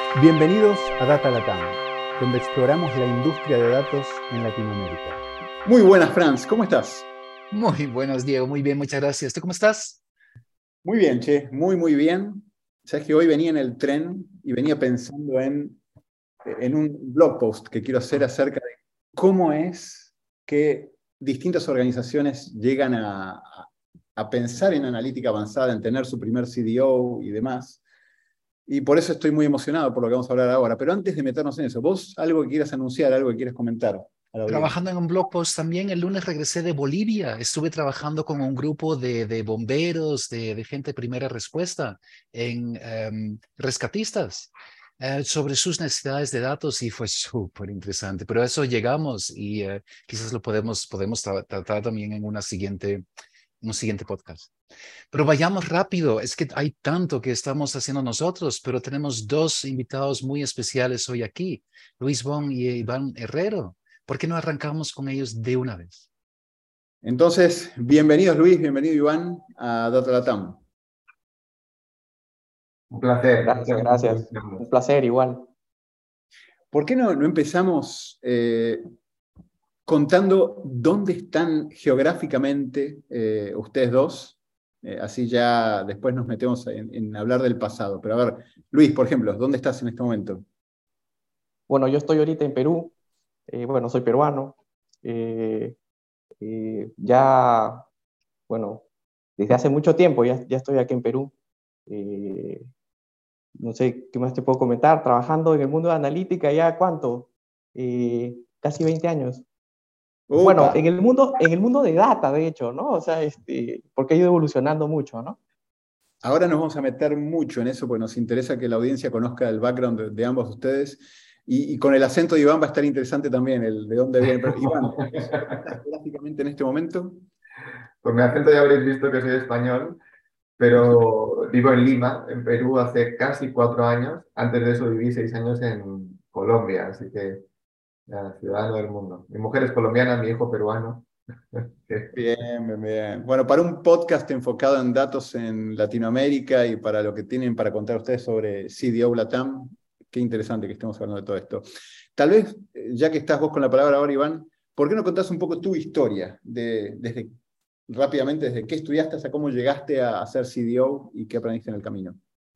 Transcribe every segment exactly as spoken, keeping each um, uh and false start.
Bienvenidos a Data Latam, donde exploramos la industria de datos en Latinoamérica. Muy buenas, Franz, ¿cómo estás? Muy buenos, Diego, muy bien, muchas gracias. ¿Tú cómo estás? Muy bien, che, muy, muy bien. Sabes que hoy venía en el tren y venía pensando en, en un blog post que quiero hacer acerca de cómo es que distintas organizaciones llegan a, a pensar en analítica avanzada, en tener su primer C D O y demás. Y por eso estoy muy emocionado por lo que vamos a hablar ahora. Pero antes de meternos en eso, ¿vos algo que quieras anunciar, algo que quieras comentar a la audiencia? Trabajando en un blog post también, el lunes regresé de Bolivia. Estuve trabajando con un grupo de, de bomberos, de, de gente de primera respuesta, en um, rescatistas, uh, sobre sus necesidades de datos y fue súper interesante. Pero a eso llegamos y uh, quizás lo podemos, podemos tra tratar también en una siguiente, en un siguiente podcast. Pero vayamos rápido, es que hay tanto que estamos haciendo nosotros, pero tenemos dos invitados muy especiales hoy aquí, Luis Bon y Iván Herrero. ¿Por qué no arrancamos con ellos de una vez? Entonces, bienvenidos Luis, bienvenido Iván a Data Latam. Un placer. Gracias, gracias. Un placer igual. ¿Por qué no, no empezamos eh, contando dónde están geográficamente eh, ustedes dos? Eh, así ya después nos metemos en, en hablar del pasado. Pero a ver, Luis, por ejemplo, ¿dónde estás en este momento? Bueno, yo estoy ahorita en Perú. Eh, bueno, soy peruano. Eh, eh, ya, bueno, desde hace mucho tiempo ya, ya estoy aquí en Perú. Eh, no sé qué más te puedo comentar. Trabajando en el mundo de analítica ya, ¿cuánto? Eh, casi veinte años. Opa. Bueno, en el, mundo, en el mundo de data, de hecho, ¿no? O sea, este, porque ha ido evolucionando mucho, ¿no? Ahora nos vamos a meter mucho en eso porque nos interesa que la audiencia conozca el background de, de ambos ustedes. Y, y con el acento de Iván va a estar interesante también el de dónde viene. Pero, Iván, ¿estás geográficamente en este momento? Por mi acento ya habréis visto que soy español, pero vivo en Lima, en Perú, hace casi cuatro años. Antes de eso viví seis años en Colombia, así que ya, ciudadano del mundo. Mi mujer es colombiana, mi hijo peruano. Bien, bien, bien. Bueno, para un podcast enfocado en datos en Latinoamérica y para lo que tienen para contar ustedes sobre C D O Latam, qué interesante que estemos hablando de todo esto. Tal vez, ya que estás vos con la palabra ahora, Iván, ¿por qué no contás un poco tu historia? De, desde, rápidamente, desde qué estudiaste hasta cómo llegaste a, a ser C D O y qué aprendiste en el camino.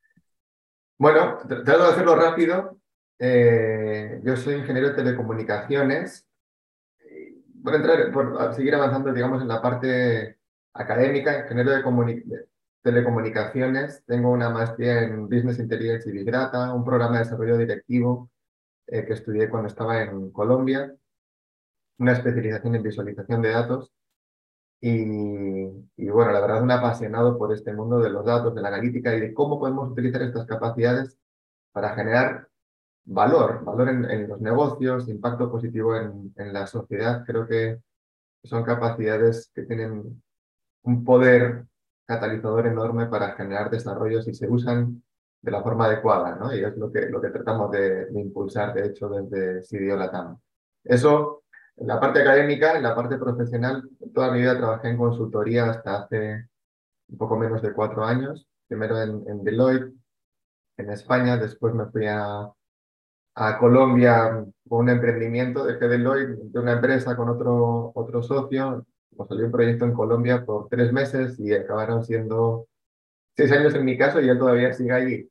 Bueno, tr- trato de hacerlo rápido. Eh, yo soy ingeniero de telecomunicaciones. Por entrar, por seguir avanzando, digamos, en la parte académica, ingeniero de, comuni- de telecomunicaciones, tengo una maestría en Business Intelligence y Big Data, un programa de desarrollo directivo eh, que estudié cuando estaba en Colombia, una especialización en visualización de datos y, y, bueno, la verdad me he apasionado por este mundo de los datos, de la analítica y de cómo podemos utilizar estas capacidades para generar valor, valor en, en los negocios, impacto positivo en, en la sociedad. Creo que son capacidades que tienen un poder catalizador enorme para generar desarrollos y se usan de la forma adecuada, ¿no? Y es lo que, lo que tratamos de, de impulsar, de hecho, desde C D O Latam. Eso, en la parte académica, en la parte profesional, toda mi vida trabajé en consultoría hasta hace un poco menos de cuatro años, primero en, en Deloitte, en España, después me fui a, a Colombia con un emprendimiento, dejé Deloitte, de una empresa con otro, otro socio, nos salió un proyecto en Colombia por tres meses y acabaron siendo seis años en mi caso y él todavía sigue allí.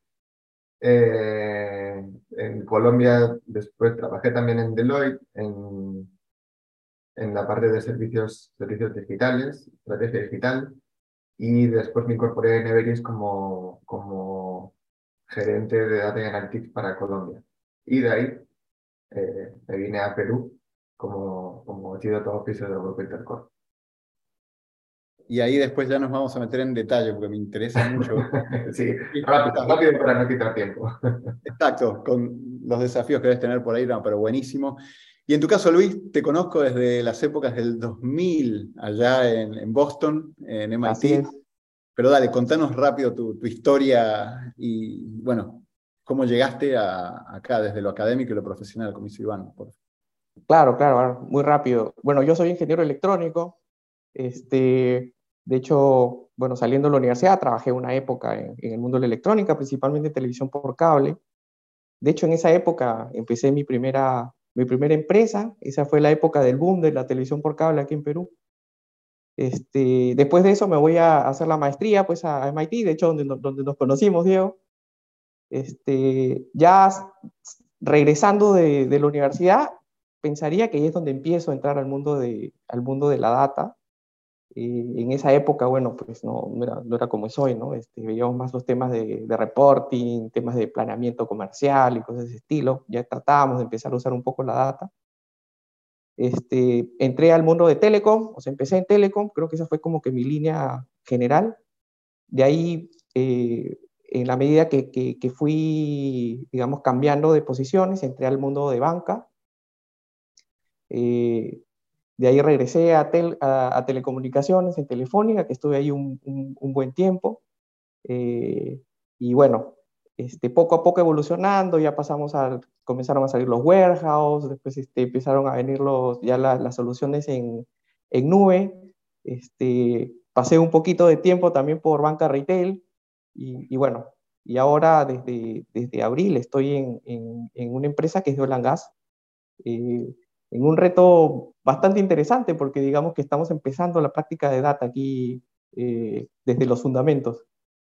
Eh, en Colombia después trabajé también en Deloitte, en, en la parte de servicios, servicios digitales, estrategia digital, y después me incorporé en Everis como, como gerente de Data y Analytics para Colombia. Y de ahí eh, me vine a Perú como, como Chief Data Officer del Grupo Intercorp. Y ahí después ya nos vamos a meter en detalle porque me interesa mucho. Sí, rápido, rápido para no quitar tiempo. Exacto, con los desafíos que debes tener por ahí, no, pero buenísimo. Y en tu caso, Luis, te conozco desde las épocas del dos mil, allá en, en Boston, en M I T. Así es. Pero dale, contanos rápido tu, tu historia y, bueno, cómo llegaste a, acá desde lo académico y lo profesional, como hizo Iván. Por... Claro, claro, muy rápido. Bueno, yo soy ingeniero electrónico. Este, de hecho, bueno, saliendo de la universidad, trabajé una época en, en el mundo de la electrónica, principalmente televisión por cable. de hecho, en esa época empecé mi primera, mi primera empresa. Esa fue la época del boom de la televisión por cable aquí en Perú. Este, después de eso me voy a hacer la maestría pues, a M I T, de hecho, donde, donde nos conocimos, Diego. Este, ya regresando de, de la universidad, pensaría que ahí es donde empiezo a entrar al mundo de, al mundo de la data. Eh, en esa época, bueno, pues no, no, era, no era como es hoy, ¿no? Este, veíamos más los temas de, de reporting, temas de planeamiento comercial y cosas de ese estilo. Ya tratábamos de empezar a usar un poco la data. Este, entré al mundo de telecom, o sea, empecé en telecom, creo que esa fue como que mi línea general. De ahí, eh, en la medida que, que, que fui, digamos, cambiando de posiciones, entré al mundo de banca. Eh, de ahí regresé a, tel, a, a telecomunicaciones, en Telefónica, que estuve ahí un, un, un buen tiempo. Eh, y bueno, este, poco a poco evolucionando, ya pasamos a, comenzaron a salir los warehouse, después este, empezaron a venir los, ya la, las soluciones en, en nube. Este, pasé un poquito de tiempo también por banca retail y, y bueno, y ahora desde, desde abril estoy en, en, en una empresa que es de Oil and Gas, eh, en un reto bastante interesante porque digamos que estamos empezando la práctica de data aquí eh, desde los fundamentos.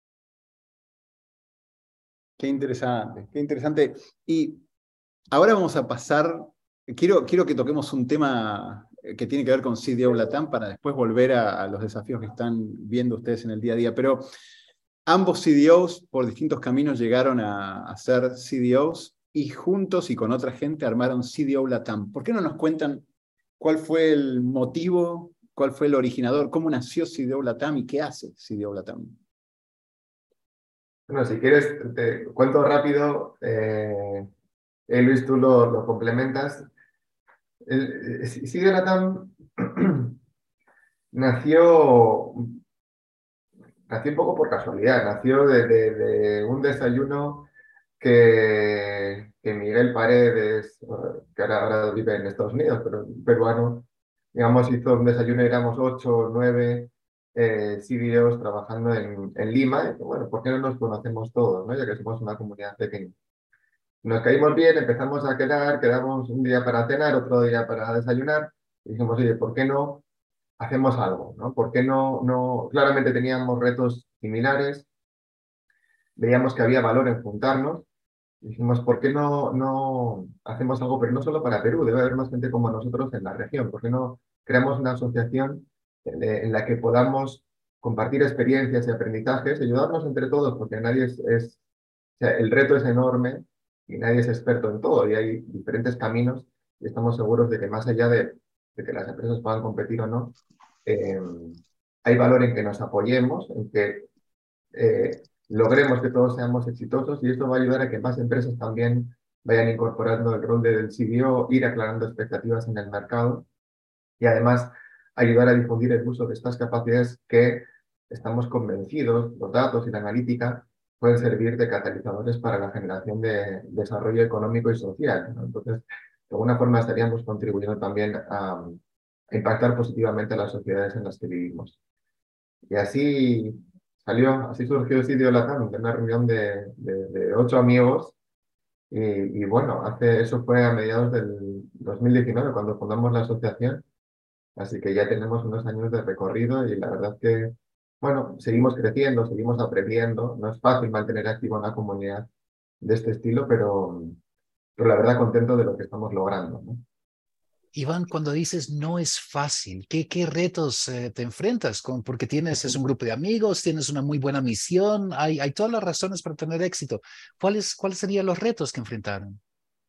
Qué interesante, qué interesante. Y ahora vamos a pasar, quiero, quiero que toquemos un tema que tiene que ver con C D O Latam para después volver a, a los desafíos que están viendo ustedes en el día a día. Pero ambos C D Os por distintos caminos llegaron a, a ser C D Os y juntos y con otra gente armaron C D O Latam. ¿Por qué no nos cuentan cuál fue el motivo, cuál fue el originador, cómo nació C D O Latam y qué hace C D O Latam? Bueno, si quieres, te cuento rápido. Eh, eh, Luis, tú lo, lo complementas. El, eh, C D O Latam nació, nació un poco por casualidad. Nació de, de, de un desayuno que, que Miguel Paredes, que ahora, ahora vive en Estados Unidos, pero un peruano, digamos, hizo un desayuno, éramos ocho o nueve eh, C D Os trabajando en, en Lima. Y bueno, ¿por qué no nos conocemos todos, ¿no? Ya que somos una comunidad pequeña. Nos caímos bien, empezamos a quedar, quedamos un día para cenar, otro día para desayunar, y dijimos, oye, ¿por qué no hacemos algo, ¿no? ¿Por qué no, no? Claramente teníamos retos similares, veíamos que había valor en juntarnos. Dijimos, ¿por qué no, no hacemos algo, pero no solo para Perú? Debe haber más gente como nosotros en la región. ¿Por qué no creamos una asociación en, en la que podamos compartir experiencias y aprendizajes, ayudarnos entre todos? Porque nadie es, es, o sea, el reto es enorme y nadie es experto en todo y hay diferentes caminos y estamos seguros de que más allá de, de que las empresas puedan competir o no, eh, hay valor en que nos apoyemos, en que eh, logremos que todos seamos exitosos y esto va a ayudar a que más empresas también vayan incorporando el rol del C D O, ir aclarando expectativas en el mercado y además ayudar a difundir el uso de estas capacidades que estamos convencidos, los datos y la analítica pueden servir de catalizadores para la generación de desarrollo económico y social, ¿no? Entonces, de alguna forma estaríamos contribuyendo también a, a impactar positivamente a las sociedades en las que vivimos. Y así salió, así surgió C D O Latam, de una reunión de, de, de ocho amigos. Y, y bueno, hace, eso fue a mediados del dos mil diecinueve, cuando fundamos la asociación. Así que ya tenemos unos años de recorrido y la verdad que, bueno, seguimos creciendo, seguimos aprendiendo. No es fácil mantener activa una comunidad de este estilo, pero, pero la verdad contento de lo que estamos logrando, ¿no? Iván, cuando dices no es fácil, ¿qué, qué retos eh, te enfrentas con? Porque tienes, es un grupo de amigos, tienes una muy buena misión, hay, hay todas las razones para tener éxito. ¿Cuáles, cuáles serían los retos que enfrentaron?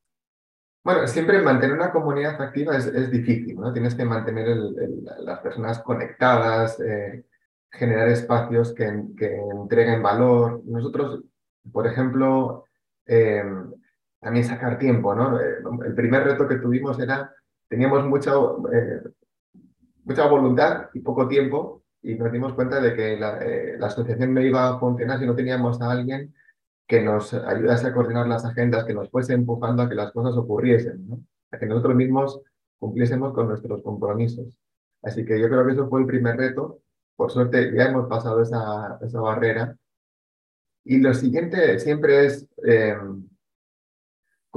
Bueno, siempre mantener una comunidad activa es, es difícil, ¿no? Tienes que mantener el, el, las personas conectadas, eh, generar espacios que, que entreguen valor. Nosotros, por ejemplo, eh, también sacar tiempo, ¿no? Eh, el primer reto que tuvimos era, teníamos mucha, eh, mucha voluntad y poco tiempo y nos dimos cuenta de que la, eh, la asociación no iba a funcionar si no teníamos a alguien que nos ayudase a coordinar las agendas, que nos fuese empujando a que las cosas ocurriesen, ¿no? A que nosotros mismos cumpliésemos con nuestros compromisos. Así que yo creo que eso fue el primer reto. Por suerte ya hemos pasado esa, esa barrera. Y lo siguiente siempre es eh,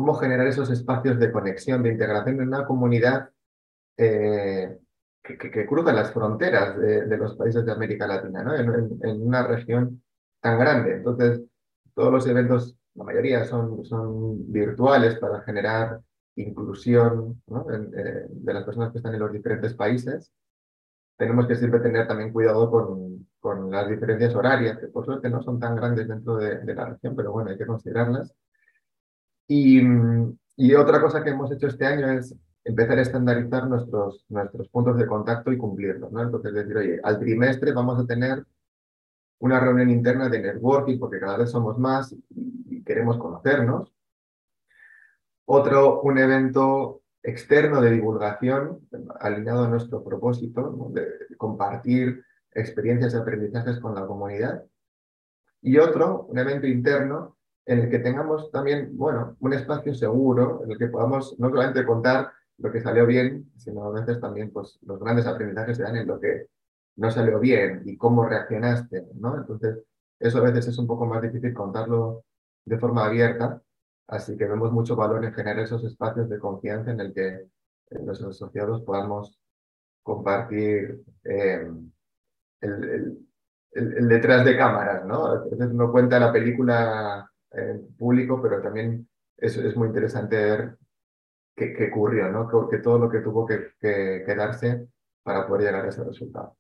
cómo generar esos espacios de conexión, de integración en una comunidad eh, que, que, que cruza las fronteras de, de los países de América Latina, ¿no? En, en, en una región tan grande. Entonces, todos los eventos, la mayoría son, son virtuales para generar inclusión, ¿no? en, eh, de las personas que están en los diferentes países. Tenemos que siempre tener también cuidado con, con las diferencias horarias, que por suerte no son tan grandes dentro de, de la región, pero bueno, hay que considerarlas. Y, y otra cosa que hemos hecho este año es empezar a estandarizar nuestros, nuestros puntos de contacto y cumplirlos, ¿no? Entonces decir, oye, al trimestre vamos a tener una reunión interna de networking porque cada vez somos más y, y queremos conocernos. Otro, un evento externo de divulgación alineado a nuestro propósito, ¿no? De compartir experiencias y aprendizajes con la comunidad. Y otro, un evento interno en el que tengamos también, bueno, un espacio seguro en el que podamos no solamente contar lo que salió bien, sino a veces también pues, los grandes aprendizajes se dan en lo que no salió bien y cómo reaccionaste, ¿no? Entonces, eso a veces es un poco más difícil contarlo de forma abierta, así que vemos mucho valor en generar esos espacios de confianza en el que eh, los asociados podamos compartir eh, el, el el, el detrás de cámaras, ¿no? A veces uno cuenta la película en público, pero también es, es muy interesante ver qué, qué ocurrió, ¿no? Que, que todo lo que tuvo que, que, que darse para poder llegar a ese resultado.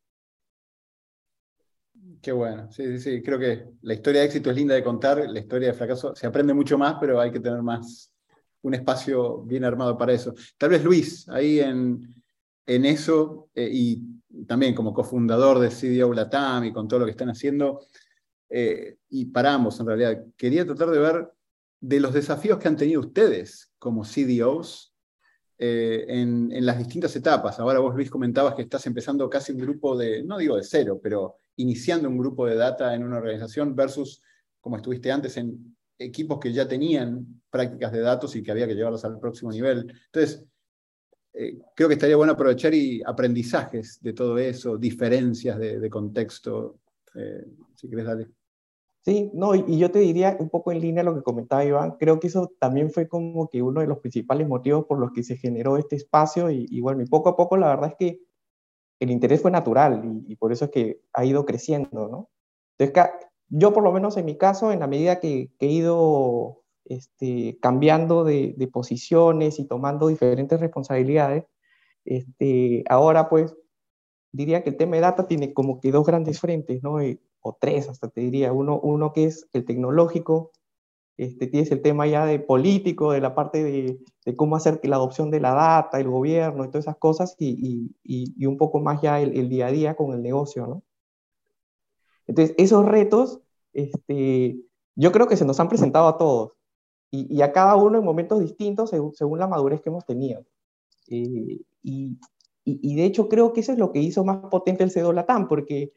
Qué bueno, sí, sí, sí. Creo que la historia de éxito es linda de contar, la historia de fracaso se aprende mucho más, pero hay que tener más, un espacio bien armado para eso. Tal vez Luis, ahí en, en eso, eh, y también como cofundador de C D O Latam y con todo lo que están haciendo, eh, y para ambos en realidad, quería tratar de ver de los desafíos que han tenido ustedes como C D Os eh, en, en las distintas etapas. Ahora vos, Luis, comentabas que estás empezando casi un grupo de, no digo de cero, pero iniciando un grupo de data en una organización versus como estuviste antes en equipos que ya tenían prácticas de datos y que había que llevarlos al próximo nivel. Entonces, Eh, creo que estaría bueno aprovechar y aprendizajes de todo eso, diferencias de, de contexto. Eh, si querés, dale. Sí, no, y, y yo te diría un poco en línea lo que comentaba Iván, creo que eso también fue como que uno de los principales motivos por los que se generó este espacio y, y bueno, y poco a poco la verdad es que el interés fue natural y, y por eso es que ha ido creciendo, ¿no? Entonces, yo por lo menos en mi caso, en la medida que, que he ido este, cambiando de, de posiciones y tomando diferentes responsabilidades, este, ahora pues diría que el tema de data tiene como que dos grandes frentes, ¿no? Y, o tres hasta te diría. Uno, uno que es el tecnológico, este, tienes el tema ya de político, de la parte de, de cómo hacer que la adopción de la data, el gobierno y todas esas cosas, y, y, y un poco más ya el, el día a día con el negocio, ¿no? Entonces, esos retos, este, yo creo que se nos han presentado a todos, y, y a cada uno en momentos distintos según, según la madurez que hemos tenido. Eh, y, y, y, de hecho creo que eso es lo que hizo más potente el C D O Latam, porque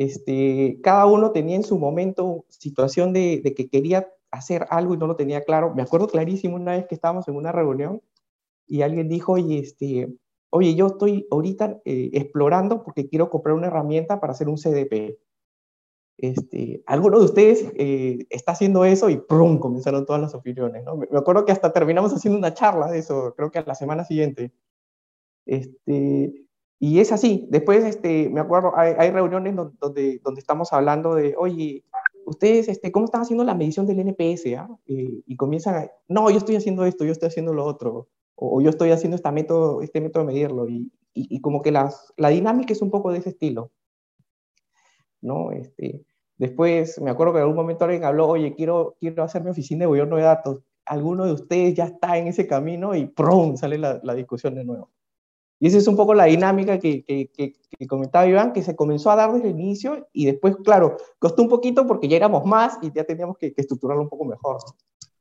este, cada uno tenía en su momento situación de, de que quería hacer algo y no lo tenía claro. Me acuerdo clarísimo una vez que estábamos en una reunión y alguien dijo, oye, este, oye yo estoy ahorita eh, explorando porque quiero comprar una herramienta para hacer un C D P. Este, ¿alguno de ustedes eh, está haciendo eso? Y ¡prum! Comenzaron todas las opiniones, ¿no? Me acuerdo que hasta terminamos haciendo una charla de eso, creo que a la semana siguiente. Este, y es así. Después, este, me acuerdo, hay, hay reuniones donde, donde estamos hablando de, oye, ustedes, este, ¿cómo están haciendo la medición del N P S? ¿Ah? Eh, y comienzan a, no, yo estoy haciendo esto, yo estoy haciendo lo otro, o, o yo estoy haciendo esta método, este método de medirlo. Y, y, y como que las, la dinámica es un poco de ese estilo, ¿no? Este, después, me acuerdo que en algún momento alguien habló, oye, quiero, quiero hacer mi oficina de gobierno de datos. Alguno de ustedes ya está en ese camino y ¡prum! Sale la, la discusión de nuevo. Y esa es un poco la dinámica que, que, que, que comentaba Iván, que se comenzó a dar desde el inicio y después, claro, costó un poquito porque ya éramos más y ya teníamos que, que estructurarlo un poco mejor, ¿no?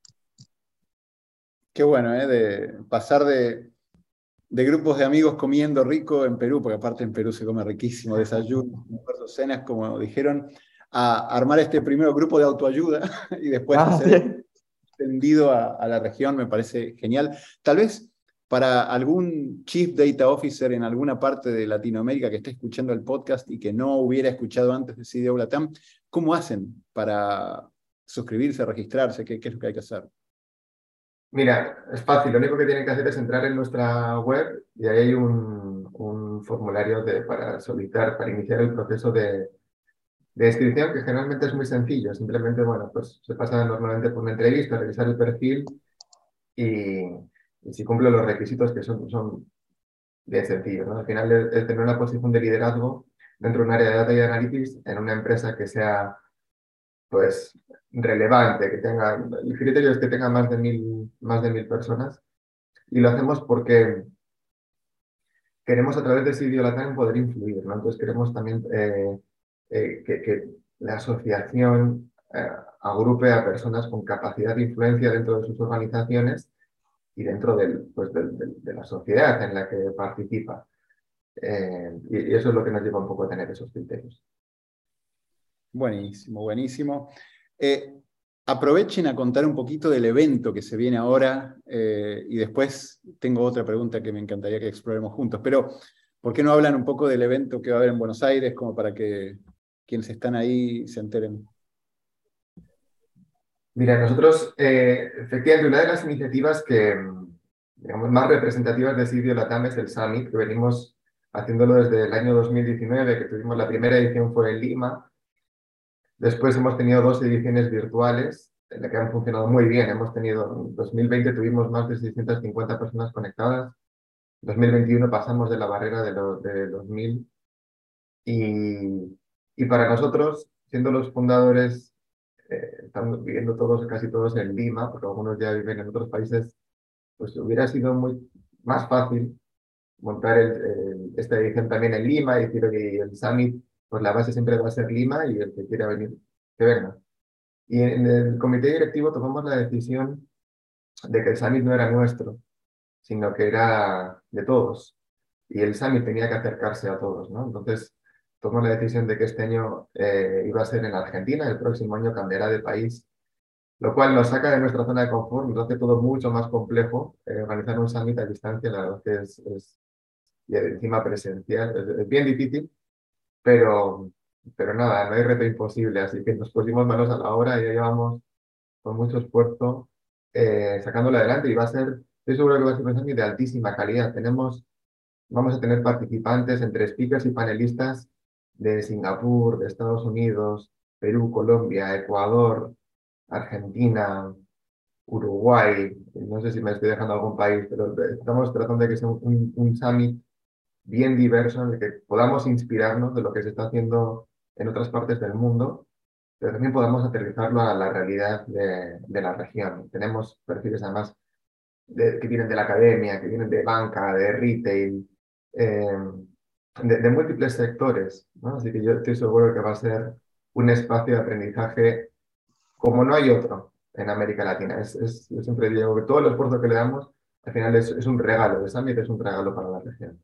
Qué bueno, ¿eh? De pasar de, de grupos de amigos comiendo rico en Perú, porque aparte en Perú se come riquísimo, desayunos, cenas, como dijeron, a armar este primer grupo de autoayuda y después Ah, hacer sí. extendido a, a la región, me parece genial. Tal vez para algún Chief Data Officer en alguna parte de Latinoamérica que esté escuchando el podcast y que no hubiera escuchado antes de C D O Latam, ¿cómo hacen para suscribirse, registrarse? ¿Qué, qué es lo que hay que hacer? Mira, es fácil, lo único que tienen que hacer es entrar en nuestra web y ahí hay un, un formulario de, para solicitar, para iniciar el proceso de, de inscripción, que generalmente es muy sencillo. Simplemente, bueno, pues se pasa normalmente por una entrevista, revisar el perfil y, y si cumple los requisitos, que son, son bien sencillos, ¿no? Al final es, es tener una posición de liderazgo dentro de un área de data y analytics en una empresa que sea, pues, relevante, que tenga, el criterio es que tenga más de mil, más de mil personas. Y lo hacemos porque queremos a través de Sidio Latam poder influir, ¿no? Entonces queremos también eh, eh, que, que la asociación eh, agrupe a personas con capacidad de influencia dentro de sus organizaciones y dentro del, pues, del, del, de la sociedad en la que participa. Eh, y, y eso es lo que nos lleva un poco a tener esos criterios. Buenísimo, buenísimo. Eh, aprovechen a contar un poquito del evento que se viene ahora eh, y después tengo otra pregunta que me encantaría que exploremos juntos. Pero, ¿por qué no hablan un poco del evento que va a haber en Buenos Aires como para que quienes están ahí se enteren? Mira, nosotros, eh, efectivamente, una de las iniciativas que, digamos, más representativas de Sidio Latam es el Summit, que venimos haciéndolo desde el año dos mil diecinueve, que tuvimos la primera edición fue en Lima. Después hemos tenido dos ediciones virtuales, en las que han funcionado muy bien. Hemos tenido, en dos mil veinte tuvimos más de seiscientas cincuenta personas conectadas. En dos mil veintiuno pasamos de la barrera de, lo, de los mil. Y, y para nosotros, siendo los fundadores, eh, estamos viviendo todos, casi todos en Lima, porque algunos ya viven en otros países, pues hubiera sido muy más fácil montar el, el, esta edición también en Lima y decir que el Summit, pues la base siempre va a ser Lima y el que quiera venir, que venga. Y en el comité directivo tomamos la decisión de que el Summit no era nuestro, sino que era de todos. Y el Summit tenía que acercarse a todos, ¿no? Entonces tomamos la decisión de que este año eh, iba a ser en Argentina, el próximo año cambiará de país, lo cual nos saca de nuestra zona de confort, nos hace todo mucho más complejo. Eh, organizar un Summit a distancia, la verdad que es, es y encima presencial, es, es bien difícil, pero, pero nada, no hay reto imposible, así que nos pusimos manos a la obra y ya llevamos con mucho esfuerzo eh, sacándolo adelante y va a ser, estoy seguro que va a ser un Summit de altísima calidad. Tenemos, vamos a tener participantes entre speakers y panelistas de Singapur, de Estados Unidos, Perú, Colombia, Ecuador, Argentina, Uruguay, no sé si me estoy dejando algún país, pero estamos tratando de que sea un, un summit bien diverso en el que podamos inspirarnos de lo que se está haciendo en otras partes del mundo, pero también podamos aterrizarlo a la realidad de, de la región. Tenemos perfiles además de, que vienen de la academia, que vienen de banca, de retail, eh, de, de múltiples sectores, ¿no? Así que yo estoy seguro que va a ser un espacio de aprendizaje como no hay otro en América Latina. Es, es, yo siempre digo que todo el esfuerzo que le damos al final es, es un regalo, el Summit es un regalo para la región.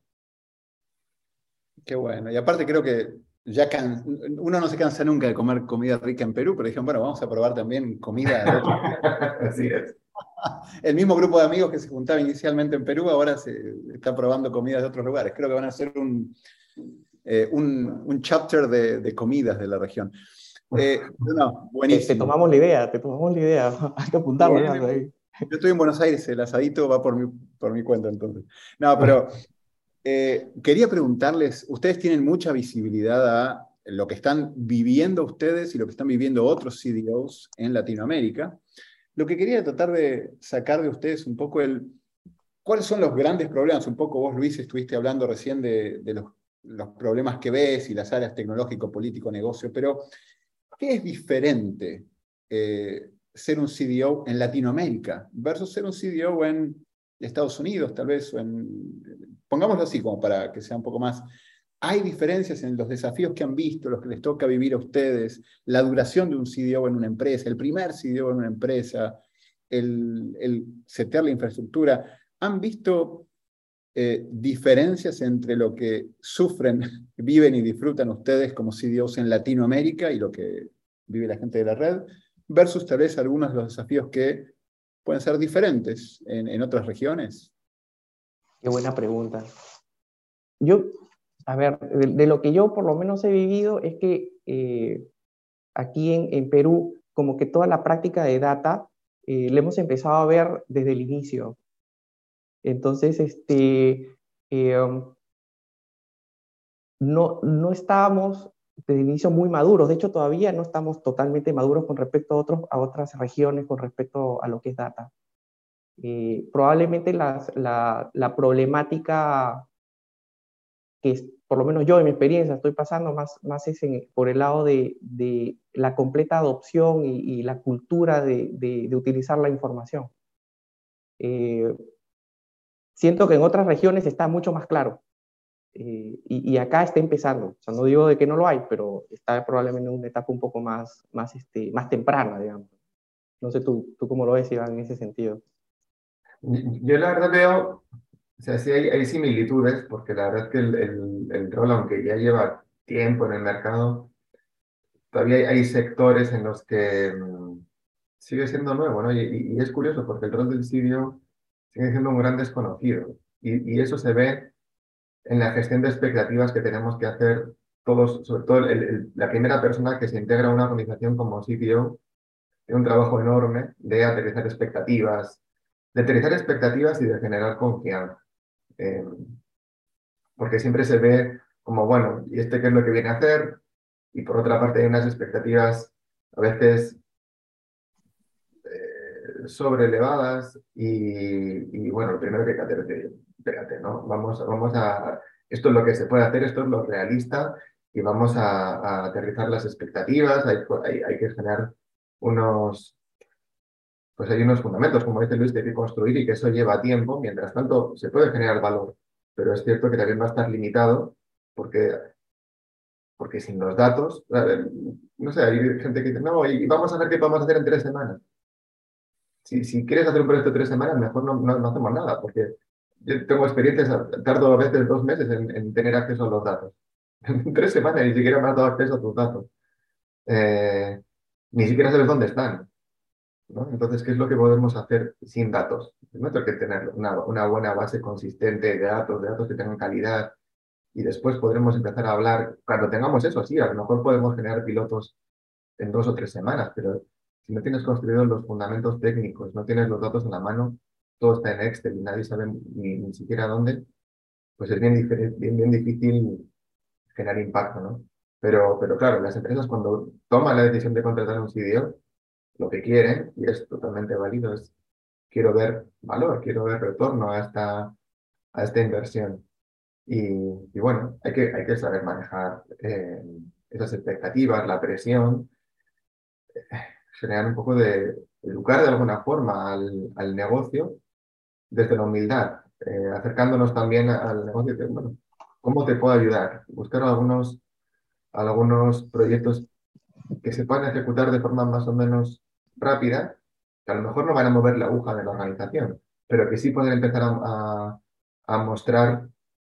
Qué bueno. Y aparte creo que ya can... uno no se cansa nunca de comer comida rica en Perú, pero dijeron, bueno, vamos a probar también comida de otro. Así es. El mismo grupo de amigos que se juntaba inicialmente en Perú ahora se está probando comidas de otros lugares. Creo que van a hacer un, eh, un, un chapter de, de comidas de la región. Eh, no, buenísimo. Te, te tomamos la idea, te tomamos la idea. Hay que apuntarlo. Bien, ahí. Yo estoy en Buenos Aires, el asadito va por mi, por mi cuenta entonces. No, pero eh, quería preguntarles, ustedes tienen mucha visibilidad a lo que están viviendo ustedes y lo que están viviendo otros C D Os en Latinoamérica. Lo que quería tratar de sacar de ustedes un poco el, ¿cuáles son los grandes problemas? Un poco vos, Luis, estuviste hablando recién de, de los, los problemas que ves y las áreas tecnológico, político, negocio, pero ¿qué es diferente eh, ser un C D O en Latinoamérica versus ser un C D O en Estados Unidos, tal vez, o en, pongámoslo así como para que sea un poco más... ¿Hay diferencias en los desafíos que han visto, los que les toca vivir a ustedes, la duración de un C D O en una empresa, el primer C D O en una empresa, el, el setear la infraestructura? ¿Han visto eh, diferencias entre lo que sufren, viven y disfrutan ustedes como C D Os en Latinoamérica y lo que vive la gente de la red, versus tal vez algunos de los desafíos que pueden ser diferentes en, en otras regiones? Qué buena pregunta. Yo, a ver, de, de lo que yo por lo menos he vivido es que eh, aquí en, en Perú, como que toda la práctica de data eh, le hemos empezado a ver desde el inicio. Entonces, este, eh, um, no, no estábamos desde el inicio muy maduros. De hecho, todavía no estamos totalmente maduros con respecto a, otros, a otras regiones, con respecto a lo que es data. Eh, probablemente las, la, la problemática que es, por lo menos yo en mi experiencia estoy pasando más, más es en, por el lado de, de la completa adopción y, y la cultura de, de, de utilizar la información. Eh, siento que en otras regiones está mucho más claro. Eh, y, y acá está empezando. O sea, no digo de que no lo hay, pero está probablemente en una etapa un poco más, más, este, más temprana, digamos. No sé tú, tú cómo lo ves, Iván, en ese sentido. Yo la verdad veo, o sea, sí hay, hay similitudes, porque la verdad es que el, el, el rol, aunque ya lleva tiempo en el mercado, todavía hay, hay sectores en los que mmm, sigue siendo nuevo, ¿no? Y, y, y es curioso, porque el rol del C D O sigue siendo un gran desconocido. Y, y eso se ve en la gestión de expectativas que tenemos que hacer todos, sobre todo el, el, la primera persona que se integra a una organización como C D O, tiene un trabajo enorme de aterrizar expectativas, de aterrizar expectativas y de generar confianza. Eh, porque siempre se ve como, bueno, ¿y este qué es lo que viene a hacer? Y por otra parte hay unas expectativas a veces eh, sobreelevadas y, y, bueno, lo primero que hay que hacer es decir, espérate, ¿no? Vamos, vamos a, esto es lo que se puede hacer, esto es lo realista y vamos a, a aterrizar las expectativas, hay, hay, hay que generar unos, pues hay unos fundamentos, como dice Luis, que hay que construir y que eso lleva tiempo. Mientras tanto, se puede generar valor, pero es cierto que también va a estar limitado porque, porque sin los datos, no sé, hay gente que dice, no, y vamos a ver qué podemos hacer en tres semanas. Si, si quieres hacer un proyecto de tres semanas, mejor no, no, no hacemos nada, porque yo tengo experiencias, tardo a veces dos meses en, en tener acceso a los datos. En tres semanas ni siquiera me has dado acceso a tus datos. Eh, ni siquiera sabes dónde están, ¿no? Entonces, ¿qué es lo que podemos hacer sin datos? Primero hay que tener una, una buena base consistente de datos, de datos que tengan calidad, y después podremos empezar a hablar, cuando tengamos eso, sí, a lo mejor podemos generar pilotos en dos o tres semanas, pero si no tienes construidos los fundamentos técnicos, no tienes los datos en la mano, todo está en Excel y nadie sabe ni, ni siquiera dónde, pues es bien, bien, bien difícil generar impacto, ¿no? Pero, pero claro, las empresas cuando toman la decisión de contratar un C D O, lo que quieren, y es totalmente válido, es quiero ver valor, quiero ver retorno a esta, a esta inversión. Y, y bueno, hay que, hay que saber manejar eh, esas expectativas, la presión, generar un poco de, educar de alguna forma al, al negocio desde la humildad, eh, acercándonos también al negocio de, bueno, ¿cómo te puedo ayudar? Buscar algunos, algunos proyectos que se puedan ejecutar de forma más o menos rápida, que a lo mejor no van a mover la aguja de la organización, pero que sí pueden empezar a, a, a mostrar,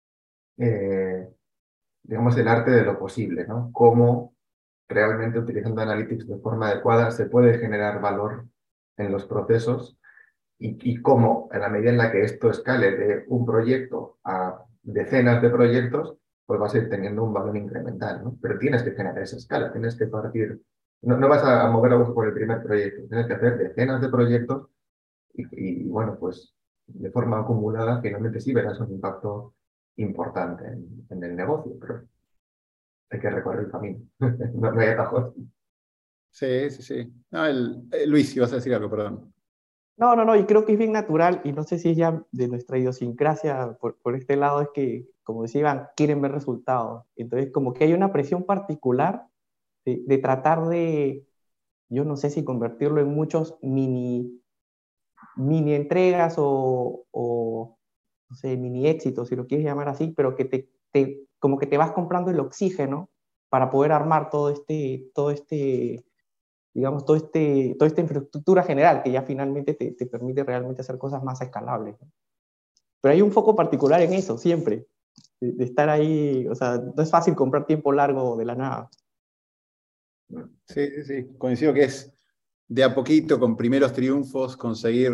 eh, digamos, el arte de lo posible, ¿no? Cómo realmente utilizando Analytics de forma adecuada se puede generar valor en los procesos y, y cómo, en la medida en la que esto escale de un proyecto a decenas de proyectos, pues vas a ir teniendo un valor incremental, ¿no? Pero tienes que generar esa escala, tienes que partir, no, no vas a, a mover a por el primer proyecto, tienes que hacer decenas de proyectos y, y bueno, pues de forma acumulada finalmente sí verás un impacto importante en, en el negocio, pero hay que recorrer el camino, no, no hay atajos. Sí, sí, sí. No, el, eh, Luis, si vas a decir algo, perdón. No, no, no, y creo que es bien natural, y no sé si es ya de nuestra idiosincrasia por, por este lado, es que, como decía Iván, quieren ver resultados. Entonces, como que hay una presión particular de, de tratar de, yo no sé si convertirlo en muchos mini, mini entregas o, o, no sé, mini éxitos, si lo quieres llamar así, pero que te, te, como que te vas comprando el oxígeno para poder armar todo este, todo este, digamos, todo este, toda esta infraestructura general que ya finalmente te, te permite realmente hacer cosas más escalables, ¿no? Pero hay un foco particular en eso, siempre, de, de estar ahí, o sea, no es fácil comprar tiempo largo de la nada. Sí, sí, sí. Coincido que es de a poquito, con primeros triunfos, conseguir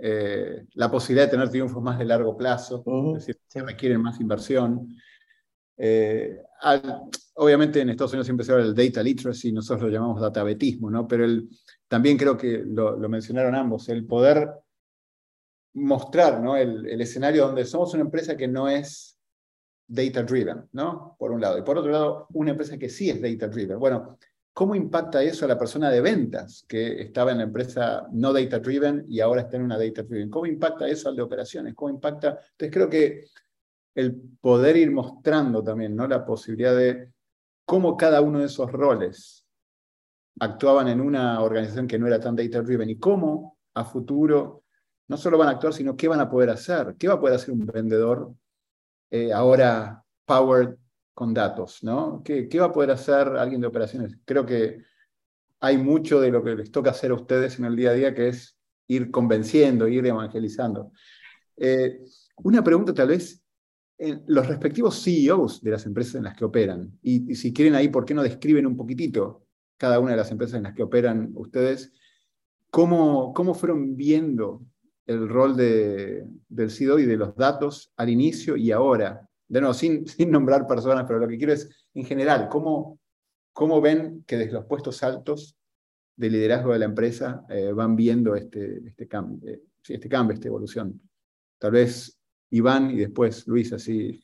eh, la posibilidad de tener triunfos más de largo plazo, Uh-huh, es decir, sí. que requieren más inversión. Eh, al, obviamente en Estados Unidos siempre se habla del data literacy, nosotros lo llamamos databetismo, ¿no? Pero el, también creo que lo, lo mencionaron ambos, el poder mostrar, ¿no? el, el escenario donde somos una empresa que no es data driven, ¿no? Por un lado. Y por otro lado, una empresa que sí es data driven. Bueno, ¿cómo impacta eso a la persona de ventas que estaba en la empresa no data driven y ahora está en una data driven? ¿Cómo impacta eso al de operaciones? ¿Cómo impacta? Entonces creo que el poder ir mostrando también, ¿no? La posibilidad de cómo cada uno de esos roles actuaban en una organización que no era tan data driven y cómo a futuro no solo van a actuar, sino qué van a poder hacer. ¿Qué va a poder hacer un vendedor eh, ahora powered con datos, ¿no? ¿Qué, ¿Qué va a poder hacer alguien de operaciones? Creo que hay mucho de lo que les toca hacer a ustedes en el día a día, que es ir convenciendo, ir evangelizando. Eh, una pregunta tal vez, en los respectivos C E Os de las empresas en las que operan, y, y si quieren ahí, ¿por qué no describen un poquitito cada una de las empresas en las que operan ustedes? ¿Cómo, cómo fueron viendo el rol de, del C E O y de los datos al inicio y ahora? De nuevo, sin, sin nombrar personas, pero lo que quiero es, en general, ¿cómo, cómo ven que desde los puestos altos de liderazgo de la empresa eh, van viendo este, este, cambio, eh, este cambio, esta evolución? Tal vez Iván y después Luis, así.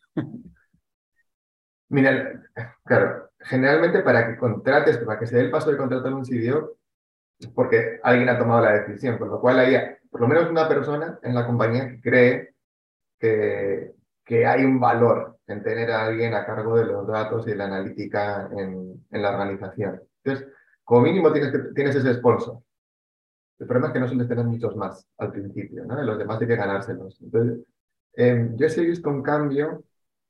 Mira, claro, generalmente para que contrates, para que se dé el paso de contratar un C D O, es porque alguien ha tomado la decisión, con lo cual hay por lo menos una persona en la compañía que cree que, que hay un valor en tener a alguien a cargo de los datos y de la analítica en, en la organización. Entonces, como mínimo tienes, que, tienes ese sponsor. El problema es que no sueles tener muchos más al principio, ¿no? Y los demás hay que ganárselos. Entonces, eh, yo sí he visto un cambio.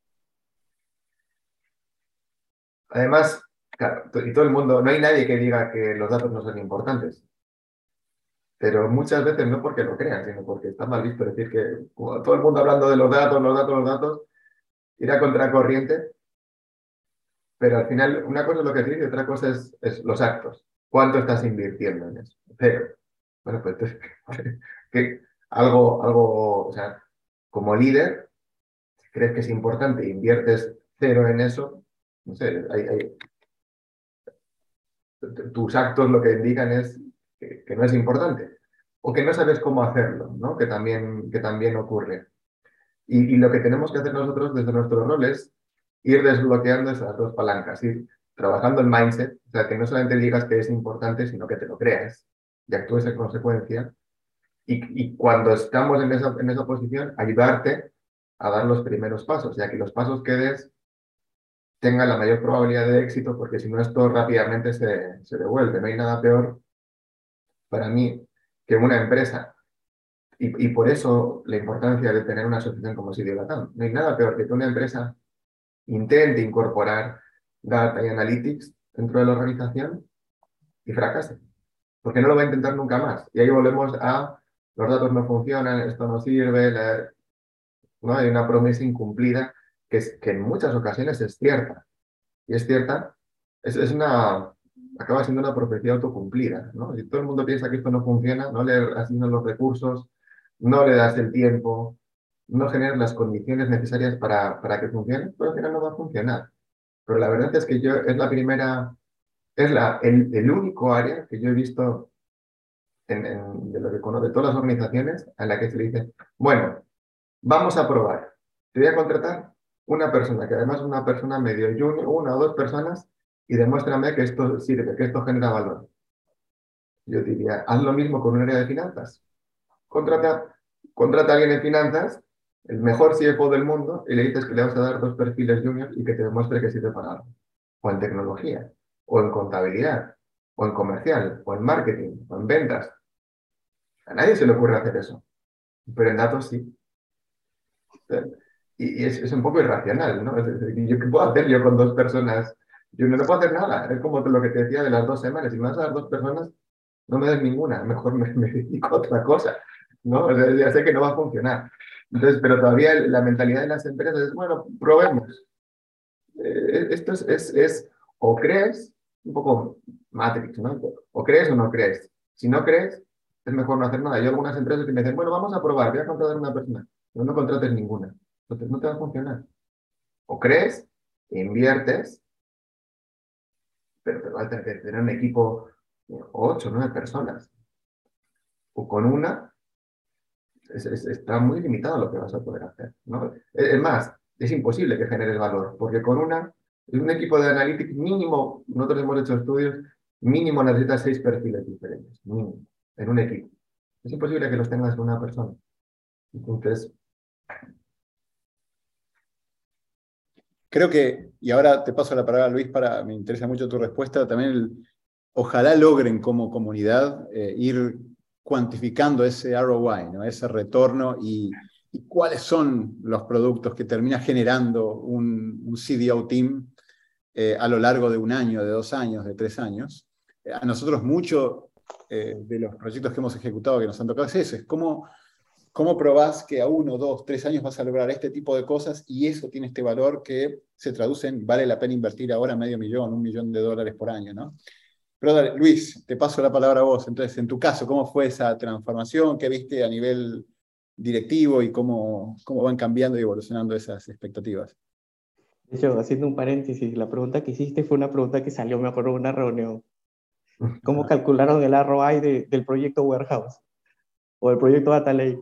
Además, claro, y todo el mundo, no hay nadie que diga que los datos no son importantes. Pero muchas veces no porque lo crean, sino porque está mal visto decir que como todo el mundo hablando de los datos, los datos, los datos, irá contracorriente. Pero al final, una cosa es lo que se dice y otra cosa es, es los actos. ¿Cuánto estás invirtiendo en eso? Cero. Bueno, pues entonces, que algo, algo, o sea, como líder, si crees que es importante e inviertes cero en eso, no sé, hay, hay, tus actos lo que indican es que, que no es importante o que no sabes cómo hacerlo, ¿no? Que también, que también ocurre. Y, y lo que tenemos que hacer nosotros desde nuestro rol es ir desbloqueando esas dos palancas, ir trabajando el mindset, o sea, que no solamente digas que es importante, sino que te lo creas y actúes en consecuencia. Y, y cuando estamos en esa, en esa posición, ayudarte a dar los primeros pasos, ya que los pasos que des tengan la mayor probabilidad de éxito, porque si no esto rápidamente se, se devuelve. No hay nada peor para mí que una empresa, y, y por eso la importancia de tener una asociación como Sirio Latam, no hay nada peor que que una empresa intente incorporar data y analytics dentro de la organización y fracase, porque no lo va a intentar nunca más. Y ahí volvemos a los datos no funcionan, esto no sirve, la, ¿no? Hay una promesa incumplida que, es, que en muchas ocasiones es cierta. Y es cierta, es, es una, acaba siendo una profecía autocumplida, ¿no? Si todo el mundo piensa que esto no funciona, no le asignan los recursos, no le das el tiempo, no generas las condiciones necesarias para, para que funcione, pues al final no va a funcionar. Pero la verdad es que yo es la primera, es la, el, el único área que yo he visto en, en, de lo que conozco de todas las organizaciones en la que se le dice, bueno, vamos a probar, te voy a contratar una persona, que además es una persona medio junior, una o dos personas, y demuéstrame que esto sirve, que esto genera valor. Yo diría, haz lo mismo con un área de finanzas. Contrata, contrata a alguien en finanzas, el mejor C F O del mundo, y le dices que le vas a dar dos perfiles juniors y que te demuestre que sirve para algo. O en tecnología, o en contabilidad, o en comercial, o en marketing, o en ventas. A nadie se le ocurre hacer eso, pero en datos sí. Y, y es, es un poco irracional, ¿no? Es decir, ¿yo qué puedo hacer yo con dos personas? Yo no, no puedo hacer nada. Es como lo que te decía de las dos semanas. Si me vas a dar dos personas, no me des ninguna. Mejor me, me dedico a otra cosa, ¿no? O sea, ya sé que no va a funcionar. Entonces, pero todavía la mentalidad de las empresas es, bueno, probemos. Eh, esto es, es, es o crees, un poco Matrix, ¿no? O crees o no crees. Si no crees, es mejor no hacer nada. Hay algunas empresas que me dicen, bueno, vamos a probar, voy a contratar a una persona. Pero no contrates ninguna. Entonces no te va a funcionar. O crees inviertes, pero te va a tener que tener un equipo de ocho o nueve personas. O con una, es, es, está muy limitado lo que vas a poder hacer, ¿no? Es más, es imposible que genere valor, porque con una, un equipo de analytics mínimo, nosotros hemos hecho estudios, mínimo necesitas seis perfiles diferentes, mínimo, en un equipo. Es imposible que los tengas una persona. Entonces, creo que, y ahora te paso la palabra, Luis, para, me interesa mucho tu respuesta, también el, ojalá logren como comunidad eh, ir cuantificando ese R O I, ¿no? Ese retorno y, y cuáles son los productos que termina generando un, un C D O team eh, a lo largo de un año, de dos años, de tres años. Eh, a nosotros mucho eh, de los proyectos que hemos ejecutado que nos han tocado es eso, es cómo, cómo probás que a uno, dos, tres años vas a lograr este tipo de cosas y eso tiene este valor que se traduce en vale la pena invertir ahora medio millón, un millón de dólares por año, ¿no? Pero dale, Luis, te paso la palabra a vos. Entonces, en tu caso, ¿cómo fue esa transformación? ¿Qué viste a nivel directivo y cómo, cómo van cambiando y evolucionando esas expectativas? De hecho, haciendo un paréntesis, la pregunta que hiciste fue una pregunta que salió, me acuerdo, de una reunión. ¿Cómo calcularon el R O I de, del proyecto Warehouse? O del proyecto Data Lake.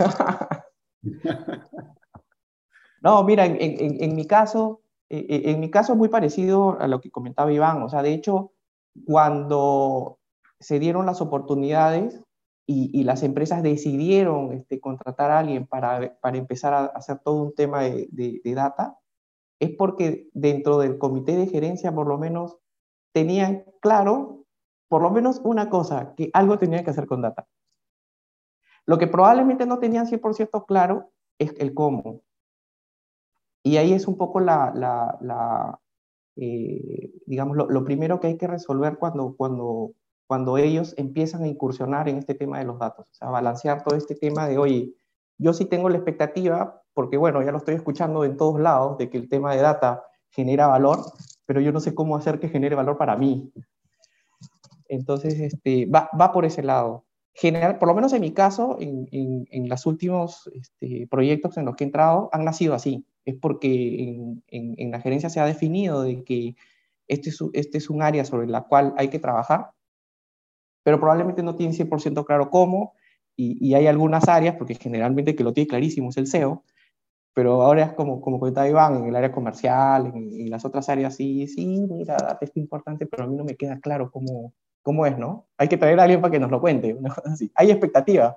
No, mira, en, en, en mi caso, en, en mi caso es muy parecido a lo que comentaba Iván. O sea, de hecho, cuando se dieron las oportunidades y, y las empresas decidieron este, contratar a alguien para, para empezar a hacer todo un tema de, de, de data, es porque dentro del comité de gerencia, por lo menos, tenían claro, por lo menos una cosa, que algo tenía que hacer con data. Lo que probablemente no tenían cien por ciento claro es el cómo. Y ahí es un poco la, la, la eh, digamos, lo, lo primero que hay que resolver cuando, cuando, cuando ellos empiezan a incursionar en este tema de los datos. O sea, balancear todo este tema de, oye, yo sí tengo la expectativa, porque bueno, ya lo estoy escuchando en todos lados, de que el tema de data genera valor, pero yo no sé cómo hacer que genere valor para mí. Entonces, este, va, va por ese lado. General, por lo menos en mi caso, en, en, en los últimos este, proyectos en los que he entrado, han nacido así. Es porque en, en, en la gerencia se ha definido de que este es, este es un área sobre la cual hay que trabajar, pero probablemente no tienen cien por ciento claro cómo, y, y hay algunas áreas, porque generalmente el que lo tiene clarísimo es el C E O, pero ahora es como, como comentaba Iván, en el área comercial, en, en las otras áreas, sí, sí, mira, data es importante, pero a mí no me queda claro cómo, cómo es, ¿no? Hay que traer a alguien para que nos lo cuente, una cosa así. Hay expectativa.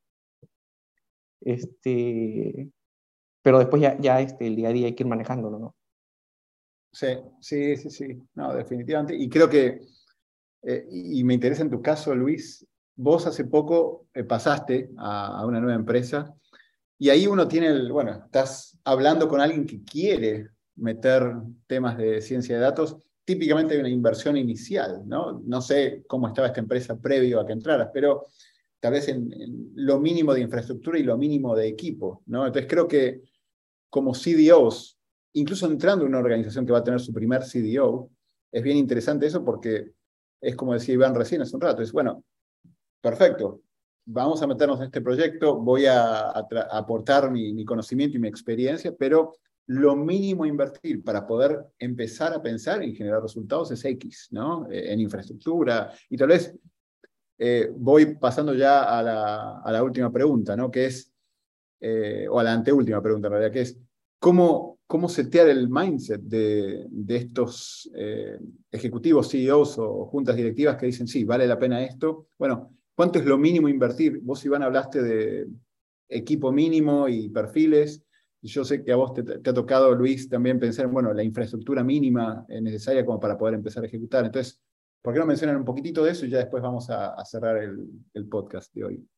Este, pero después ya, ya este, el día a día hay que ir manejándolo, ¿no? Sí, sí, sí, sí. No, definitivamente. Y creo que, eh, y me interesa en tu caso, Luis, vos hace poco eh, pasaste a, a una nueva empresa y ahí uno tiene el, bueno, estás hablando con alguien que quiere meter temas de ciencia de datos, típicamente hay una inversión inicial, ¿no? No sé cómo estaba esta empresa previo a que entraras, pero tal vez en, en lo mínimo de infraestructura y lo mínimo de equipo, ¿no? Entonces creo que como C D Os, incluso entrando en una organización que va a tener su primer C D O, es bien interesante eso porque es como decía Iván recién hace un rato, es bueno, perfecto, vamos a meternos en este proyecto, voy a, a, a aportar mi, mi conocimiento y mi experiencia, pero lo mínimo a invertir para poder empezar a pensar y generar resultados es X, ¿no? En infraestructura. Y tal vez eh, voy pasando ya a la, a la última pregunta, ¿no? Que es, eh, o a la anteúltima pregunta en realidad, que es, ¿cómo, cómo setear el mindset de, de estos eh, ejecutivos, C E Os o juntas directivas que dicen, sí, vale la pena esto? Bueno, ¿cuánto es lo mínimo invertir? Vos, Iván, hablaste de equipo mínimo y perfiles. Yo sé que a vos te, te ha tocado, Luis, también pensar en, bueno, la infraestructura mínima necesaria como para poder empezar a ejecutar. Entonces, ¿por qué no mencionan un poquitito de eso y ya después vamos a, a cerrar el, el podcast de hoy?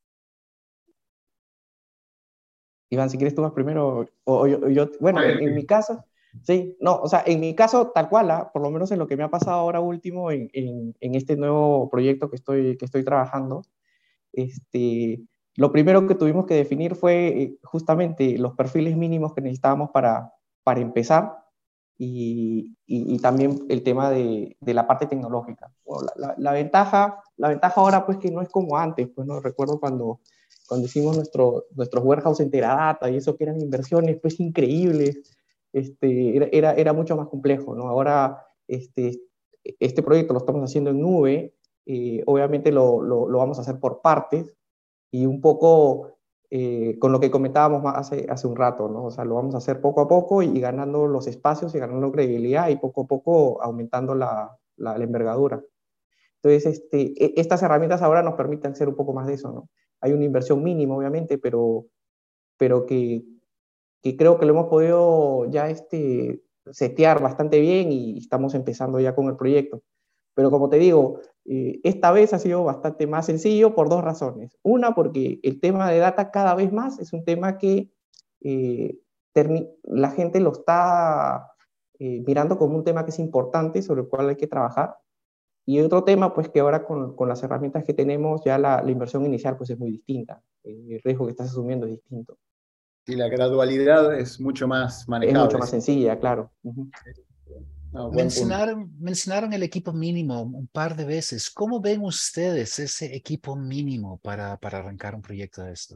Iván, si quieres tú vas primero, o, o yo, yo, bueno, en, en mi caso, sí, no, o sea, en mi caso tal cual, ¿eh? Por lo menos en lo que me ha pasado ahora último en, en, en este nuevo proyecto que estoy, que estoy trabajando, este, lo primero que tuvimos que definir fue eh, justamente los perfiles mínimos que necesitábamos para, para empezar y, y, y también el tema de, de la parte tecnológica. Bueno, la, la, la, ventaja, la ventaja ahora pues que no es como antes, pues no recuerdo cuando, cuando hicimos nuestro, nuestros warehouse en Teradata y eso que eran inversiones pues increíbles este, era, era, era mucho más complejo, ¿no? Ahora este, este proyecto lo estamos haciendo en nube, eh, obviamente lo, lo, lo vamos a hacer por partes y un poco eh, con lo que comentábamos hace, hace un rato, ¿no? O sea, lo vamos a hacer poco a poco y ganando los espacios y ganando credibilidad y poco a poco aumentando la, la, la envergadura. Entonces, este, estas herramientas ahora nos permiten hacer un poco más de eso, ¿no? Hay una inversión mínima, obviamente, pero, pero que, que creo que lo hemos podido ya este, setear bastante bien y estamos empezando ya con el proyecto. Pero como te digo, eh, esta vez ha sido bastante más sencillo por dos razones. Una, porque el tema de data cada vez más es un tema que eh, la gente lo está eh, mirando como un tema que es importante, sobre el cual hay que trabajar. Y otro tema, pues que ahora con, con las herramientas que tenemos, ya la, la inversión inicial pues es muy distinta. El riesgo que estás asumiendo es distinto. Y la gradualidad es mucho más manejable. Es mucho más sencilla, claro. Uh-huh. No, buen mencionaron, mencionaron el equipo mínimo un par de veces. ¿Cómo ven ustedes ese equipo mínimo para, para arrancar un proyecto de estos?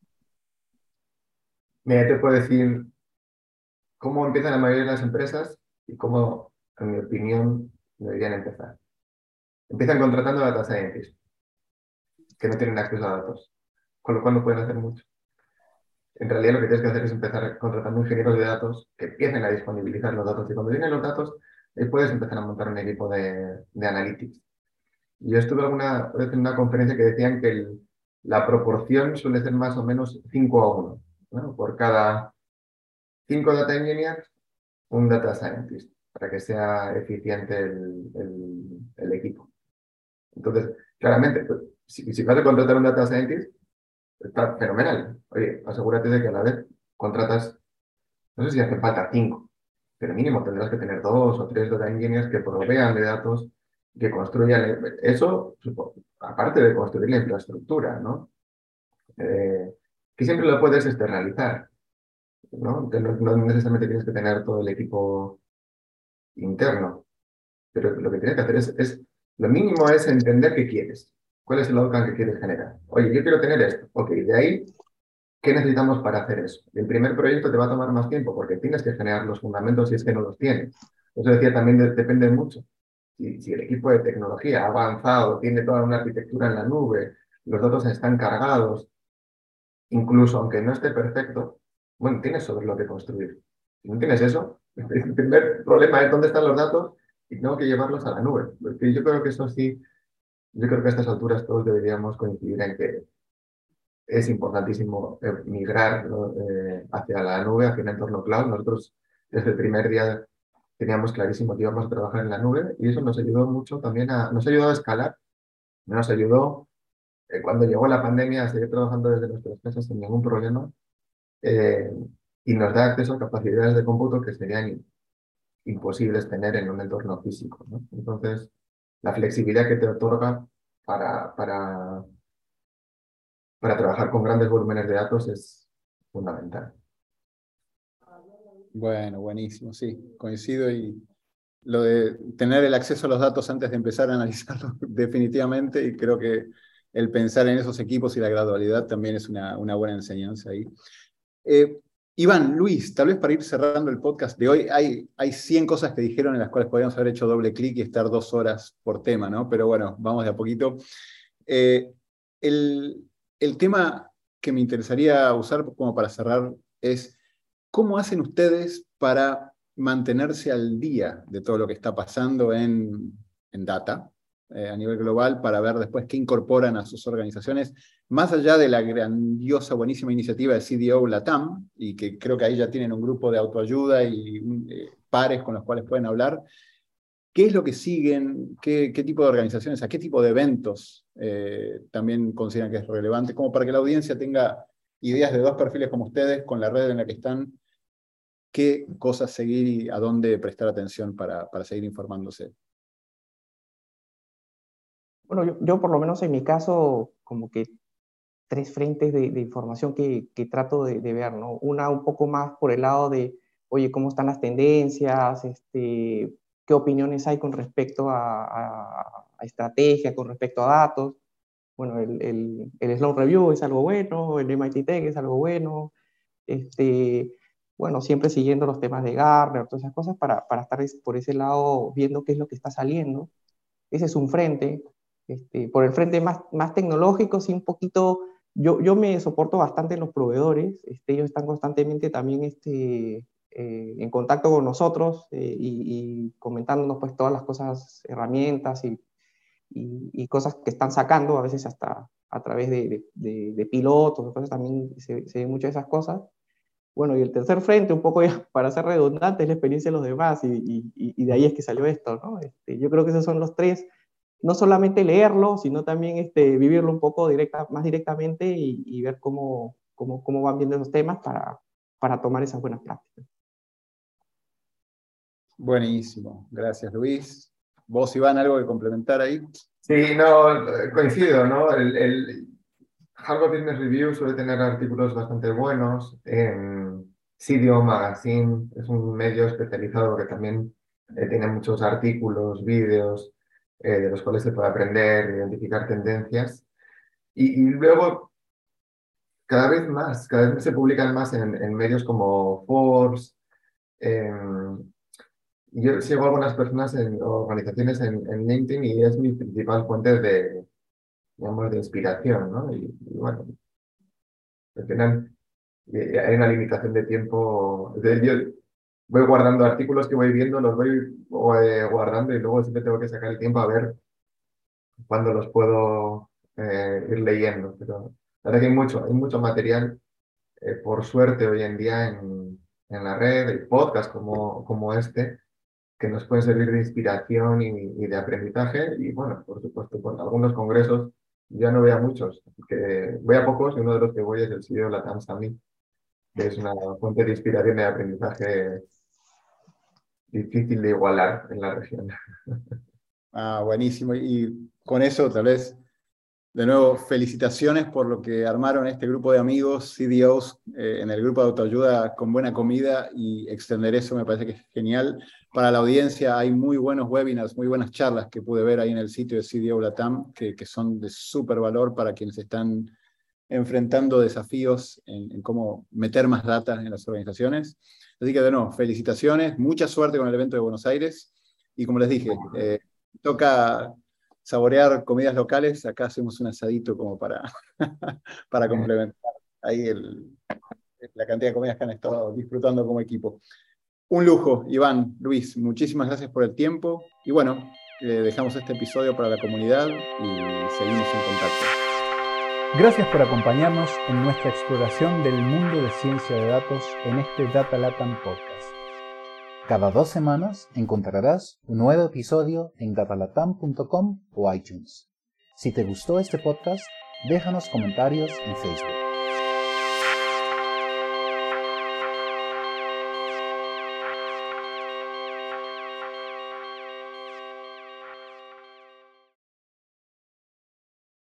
Mira, te puedo decir cómo empiezan la mayoría de las empresas y cómo, en mi opinión, deberían empezar. Empiezan contratando a data scientists que no tienen acceso a datos, con lo cual no pueden hacer mucho. En realidad lo que tienes que hacer es empezar contratando ingenieros de datos que empiecen a disponibilizar los datos y cuando tienen los datos eh, puedes empezar a montar un equipo de, de analytics. Yo estuve alguna vez en una conferencia que decían que el, la proporción suele ser más o menos cinco a uno, ¿no? Por cada cinco data engineers, un data scientist, para que sea eficiente el, el, el equipo. Entonces, claramente, pues, si, si vas a contratar un data scientist, está fenomenal. Oye, asegúrate de que a la vez contratas, no sé si hace falta cinco, pero mínimo tendrás que tener dos o tres data engineers que provean de datos, que construyan eso, aparte de construir la infraestructura, ¿no? Eh, que siempre lo puedes externalizar, ¿no? Que no, no necesariamente tienes que tener todo el equipo interno, pero lo que tienes que hacer es, es lo mínimo es entender qué quieres, cuál es el outcome que quieres generar. Oye, yo quiero tener esto, ok, de ahí, ¿qué necesitamos para hacer eso? El primer proyecto te va a tomar más tiempo porque tienes que generar los fundamentos si es que no los tienes. Eso decía, también de, depende mucho. Si, si el equipo de tecnología ha avanzado, tiene toda una arquitectura en la nube, los datos están cargados, incluso aunque no esté perfecto, bueno, tienes sobre lo que construir. Si no tienes eso, el primer problema es dónde están los datos y tengo que llevarlos a la nube. Porque yo creo que eso sí, yo creo que a estas alturas todos deberíamos coincidir en que es importantísimo migrar, ¿no? eh, hacia la nube, hacia un entorno cloud. Nosotros desde el primer día teníamos clarísimo que íbamos a trabajar en la nube y eso nos ayudó mucho también a, nos ayudó a escalar, nos ayudó eh, cuando llegó la pandemia a seguir trabajando desde nuestras casas sin ningún problema eh, y nos da acceso a capacidades de cómputo que serían imposibles tener en un entorno físico, ¿no? Entonces, la flexibilidad que te otorga para, para para trabajar con grandes volúmenes de datos es fundamental. Bueno, buenísimo, sí, coincido y lo de tener el acceso a los datos antes de empezar a analizarlos definitivamente y creo que el pensar en esos equipos y la gradualidad también es una, una buena enseñanza ahí. Eh, Iván, Luis, tal vez para ir cerrando el podcast de hoy, hay, hay cien cosas que dijeron en las cuales podríamos haber hecho doble clic y estar dos horas por tema, ¿no? Pero bueno, vamos de a poquito. Eh, el, el tema que me interesaría usar como para cerrar es ¿cómo hacen ustedes para mantenerse al día de todo lo que está pasando en, en data eh, a nivel global para ver después qué incorporan a sus organizaciones, más allá de la grandiosa, buenísima iniciativa de C D O LATAM, y que creo que ahí ya tienen un grupo de autoayuda y eh, pares con los cuales pueden hablar? ¿Qué es lo que siguen? ¿Qué, qué tipo de organizaciones? ¿A qué tipo de eventos eh, también consideran que es relevante? Como para que la audiencia tenga ideas de dos perfiles como ustedes, con la red en la que están, qué cosas seguir y a dónde prestar atención para, para seguir informándose. Bueno, yo, yo por lo menos en mi caso, como que tres frentes de, de información que, que trato de, de ver, ¿no? Una un poco más por el lado de, oye, ¿cómo están las tendencias? Este, ¿qué opiniones hay con respecto a, a, a estrategia, con respecto a datos? Bueno, el, el, el Sloan Review es algo bueno, el M I T Tech es algo bueno. Este, bueno, siempre siguiendo los temas de Gartner, todas esas cosas, para, para estar por ese lado viendo qué es lo que está saliendo. Ese es un frente. Este, por el frente más, más tecnológico, sí, un poquito, yo, yo me soporto bastante en los proveedores, este, ellos están constantemente también este, eh, en contacto con nosotros eh, y, y comentándonos pues todas las cosas, herramientas y, y, y cosas que están sacando, a veces hasta a través de, de, de, de pilotos, entonces también se, se ven muchas de esas cosas. Bueno, y el tercer frente, un poco ya para ser redundante, es la experiencia de los demás, y, y, y de ahí es que salió esto, ¿no? Este, yo creo que esos son los tres, no solamente leerlo, sino también este, vivirlo un poco directa, más directamente y, y ver cómo, cómo, cómo van viendo esos temas para, para tomar esas buenas prácticas. Buenísimo, gracias Luis. ¿Vos, Iván, algo que complementar ahí? Sí, no, coincido, ¿no? El, el Harvard Business Review suele tener artículos bastante buenos. En C D O Magazine es un medio especializado que también eh, tiene muchos artículos, vídeos, eh, de los cuales se puede aprender, identificar tendencias. Y, y luego, cada vez más, cada vez se publican más en, en medios como Forbes. Eh, yo sigo a algunas personas en organizaciones en, en LinkedIn y es mi principal fuente de, digamos, de inspiración, ¿no? Y, y bueno, al final eh, hay una limitación de tiempo. De, yo voy guardando artículos que voy viendo, los voy eh, guardando y luego siempre tengo que sacar el tiempo a ver cuándo los puedo eh, ir leyendo. Pero la verdad que hay mucho, hay mucho material, eh, por suerte, hoy en día en, en la red, hay podcasts como, como este, que nos pueden servir de inspiración y, y de aprendizaje. Y bueno, por supuesto, con algunos congresos ya no voy a muchos, que voy a pocos y uno de los que voy es el C E O Latam Summit, que es una fuente de inspiración y de aprendizaje difícil de igualar en la región. Ah, buenísimo. Y con eso, tal vez, de nuevo, felicitaciones por lo que armaron este grupo de amigos, C D Os, eh, en el grupo de autoayuda con buena comida, y extender eso me parece que es genial. Para la audiencia hay muy buenos webinars, muy buenas charlas que pude ver ahí en el sitio de C D O Latam, que, que son de súper valor para quienes están enfrentando desafíos en, en cómo meter más data en las organizaciones. Así que, de nuevo, felicitaciones, mucha suerte con el evento de Buenos Aires, y como les dije, eh, toca saborear comidas locales. Acá hacemos un asadito como para, para complementar ahí el, la cantidad de comidas que han estado disfrutando como equipo. Un lujo, Iván, Luis, muchísimas gracias por el tiempo, y bueno, eh, dejamos este episodio para la comunidad y seguimos en contacto. Gracias por acompañarnos en nuestra exploración del mundo de ciencia de datos en este Data Latam Podcast. Cada dos semanas encontrarás un nuevo episodio en datalatam punto com o iTunes. Si te gustó este podcast, déjanos comentarios en Facebook.